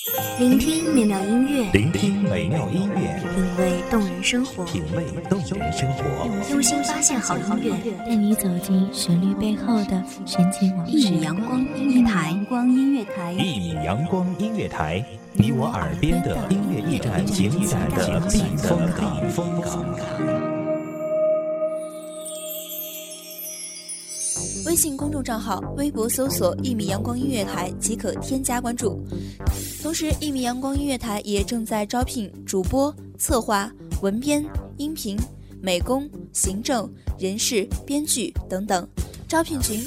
聆听美妙音乐， 聆听美妙音乐， 品味动人生活， 品味动人生活， 用心发现好音乐， 带你走进旋律背后的深情往事。 一米阳光音乐台， 一米阳光音乐台，你我耳边的音乐驿站，情感的避风港。 微信公众账号、微博搜索“一米阳光音乐台”即可添加关注。同时，一米阳光音乐台也正在招聘主播、策划、文编、音频、美工、行政、人事、编剧等等。招聘群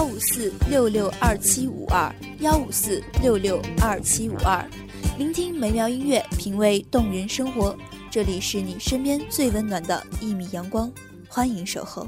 154662752，154662752。聆听美妙音乐，品味动人生活。这里是你身边最温暖的一米阳光，欢迎守候。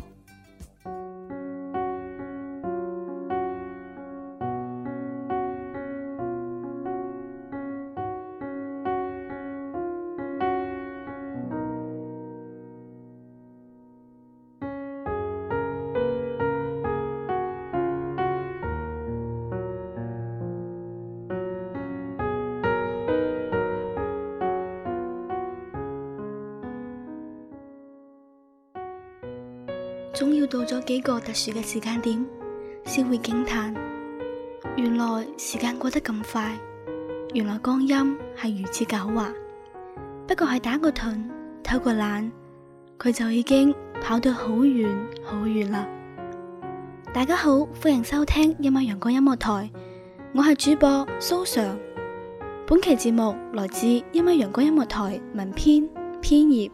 總要到咗幾個特殊嘅時間點，先會驚嘆，原來時間過得咁快，原來光陰係如此狡猾。不過係打個盹，偷個懶，佢就已經跑到好遠好遠啦。大家好，歡迎收聽一米陽光音樂台，我係主播蘇常。本期節目來自一米陽光音樂台文編編頁。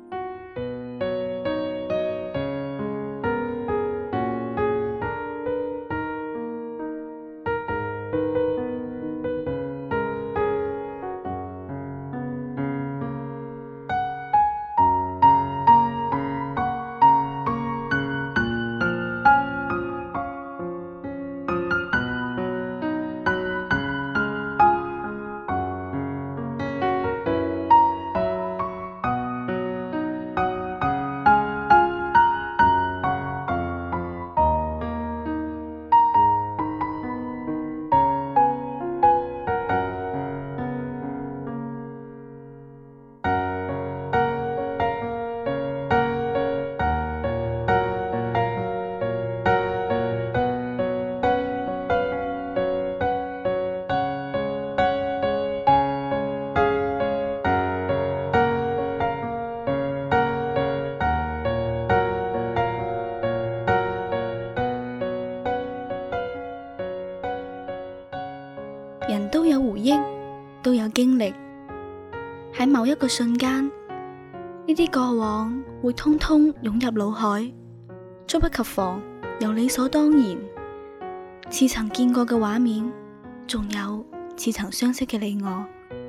人都有回憶，都有經歷，喺某一個瞬間，呢啲過往會通通湧入腦海，猝不及防又理所當然，似曾見過嘅畫面，仲有似曾相識嘅你我。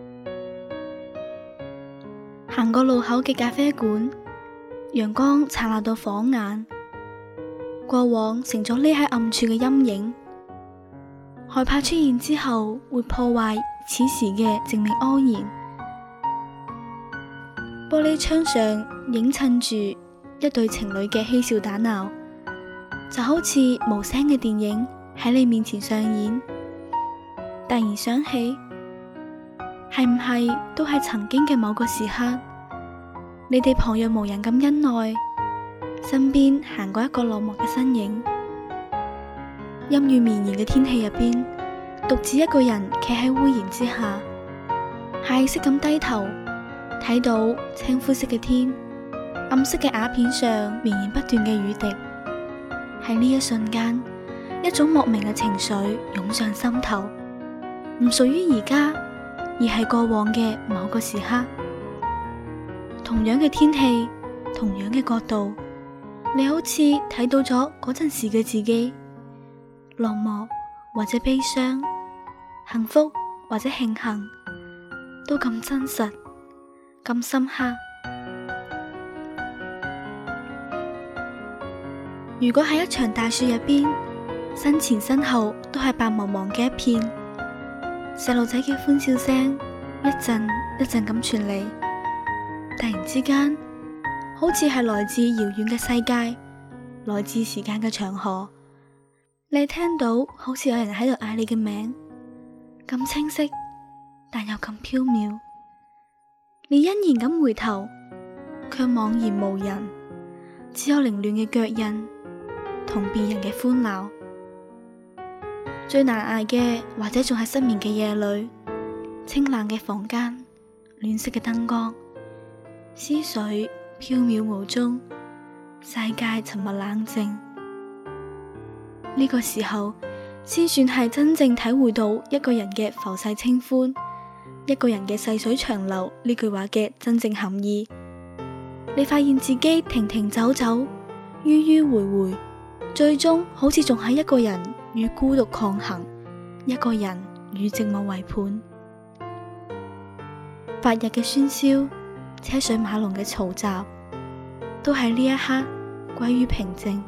行過路口嘅咖啡館，陽光燦爛到晃眼，過往成咗匿喺暗處嘅陰影，害怕出現之後會破壞此時嘅靜謐安然。玻璃窗上映襯住一對情侶嘅嬉笑打鬧，就好似無聲嘅電影喺你面前上演。突然想起，係唔係都係曾經嘅某個時刻，你哋旁若無人咁恩愛，身邊行過一個落寞嘅身影。陰雨綿延嘅天氣入邊，獨自一個人企喺屋檐之下，下意識咁低頭，睇到青灰色嘅天，暗色嘅瓦片上綿延不斷嘅雨滴。喺呢一瞬間，一種莫名嘅情緒湧上心頭，唔屬於而家，而係過往嘅某個時刻。同樣嘅天氣，同樣嘅角度，你好似睇到咗嗰陣時嘅自己。落寞或者悲傷，幸福或者慶幸，都咁真實，咁深刻。如果喺一場大雪入邊，身前身後都係白茫茫嘅一片，細路仔嘅歡笑聲一陣一陣咁傳嚟，突然之間，好似係來自遙遠嘅世界，來自時間嘅長河。你聽到好似有人喺度嗌你嘅名，咁清晰， 但又咁飄渺。你欣然咁回頭，卻茫然無人，只有凌亂嘅腳印同別人嘅歡鬧。最難捱嘅，或者仲係失眠嘅夜裏，清冷嘅房間，暖色嘅燈光，思緒飄渺無蹤，世界沉默冷靜。呢個時候先算係真正體會到一個人嘅浮世清歡，一個人嘅細水長流呢句話嘅真正含義。你發現自己停停走走，迂迂回回，最終好似仲係一個人與孤獨抗衡，一個人與寂寞為伴。白日嘅喧囂，車水馬龍嘅嘈雜，都喺呢一刻歸於平靜。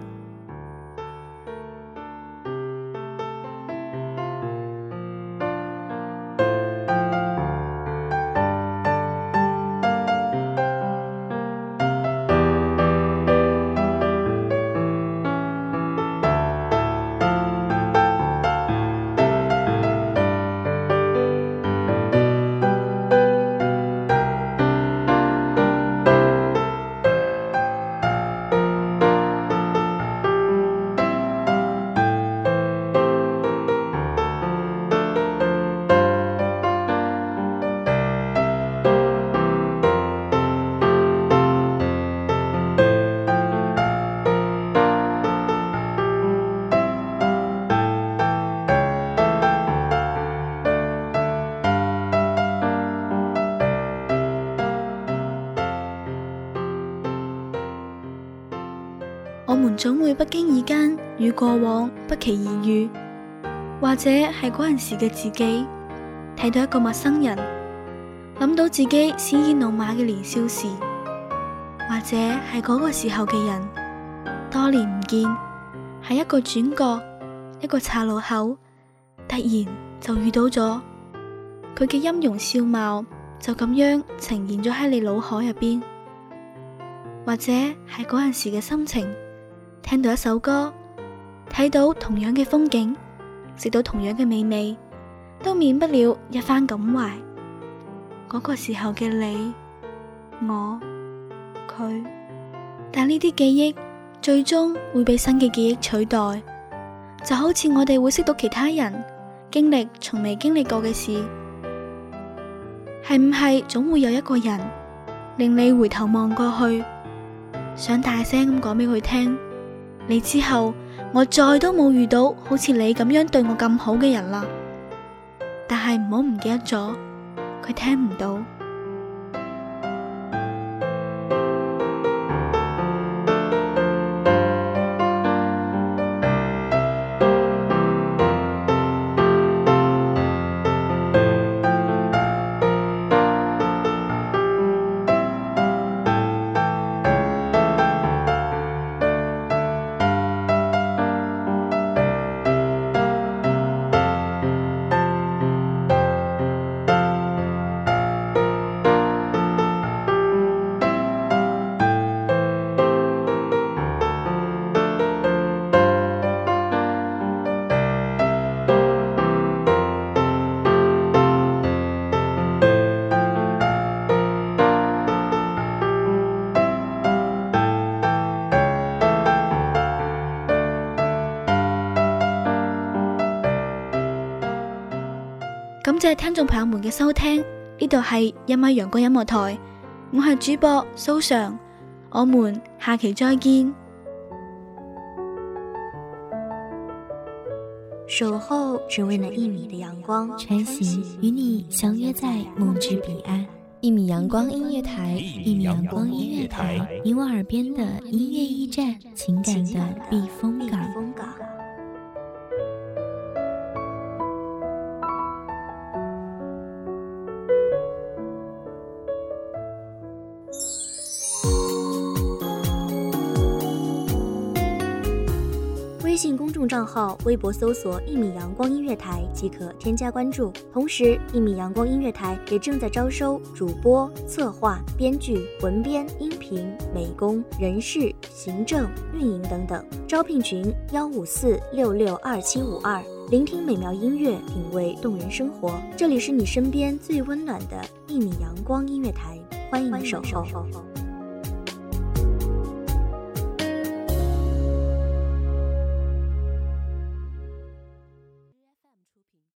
我們總會不經意間與過往不期而遇，或者係嗰陣時嘅自己睇到一個陌生人，諗到自己鮮衣怒馬嘅年少時，或者係嗰個時候嘅人，多年唔見，喺一個轉角，一個岔路口，突然就遇到咗佢嘅音容笑貌，就咁樣呈現咗喺你腦海入邊，或者係嗰陣時嘅心情。聽到一首歌，睇到同樣嘅風景，食到同樣嘅美味，都免不了一番感懷。嗰個時候嘅你、我、佢，但呢啲記憶最終會被新嘅記憶取代，就好似我哋會識到其他人，經歷從未經歷過嘅事，係唔係總會有一個人令你回頭望過去，想大聲咁講俾佢聽，你之後我再都冇遇到好似你咁樣對我咁好嘅人啦。但係唔好唔記得咗，佢聽唔到。感謝聽眾朋友們嘅收聽，呢度係一米陽光音樂台，我係主播蘇常，我們下期再見。 守候只為那1米的陽光， 穿行與你相約在夢之彼岸。1米陽光音樂台，1米陽光音樂台，你我耳邊的音樂驛站，情感的避風港。 微信公眾賬號、微博搜索1米陽光音樂台即可添加關注。同時1米陽光音樂台也正在招收主播、策劃、編劇、文編、音頻、美工、人事、行政、運營等等。招聘群154662752 聆听美妙音乐，品味动人生活。这里是你身边最温暖的1米阳光音乐台，欢迎守候。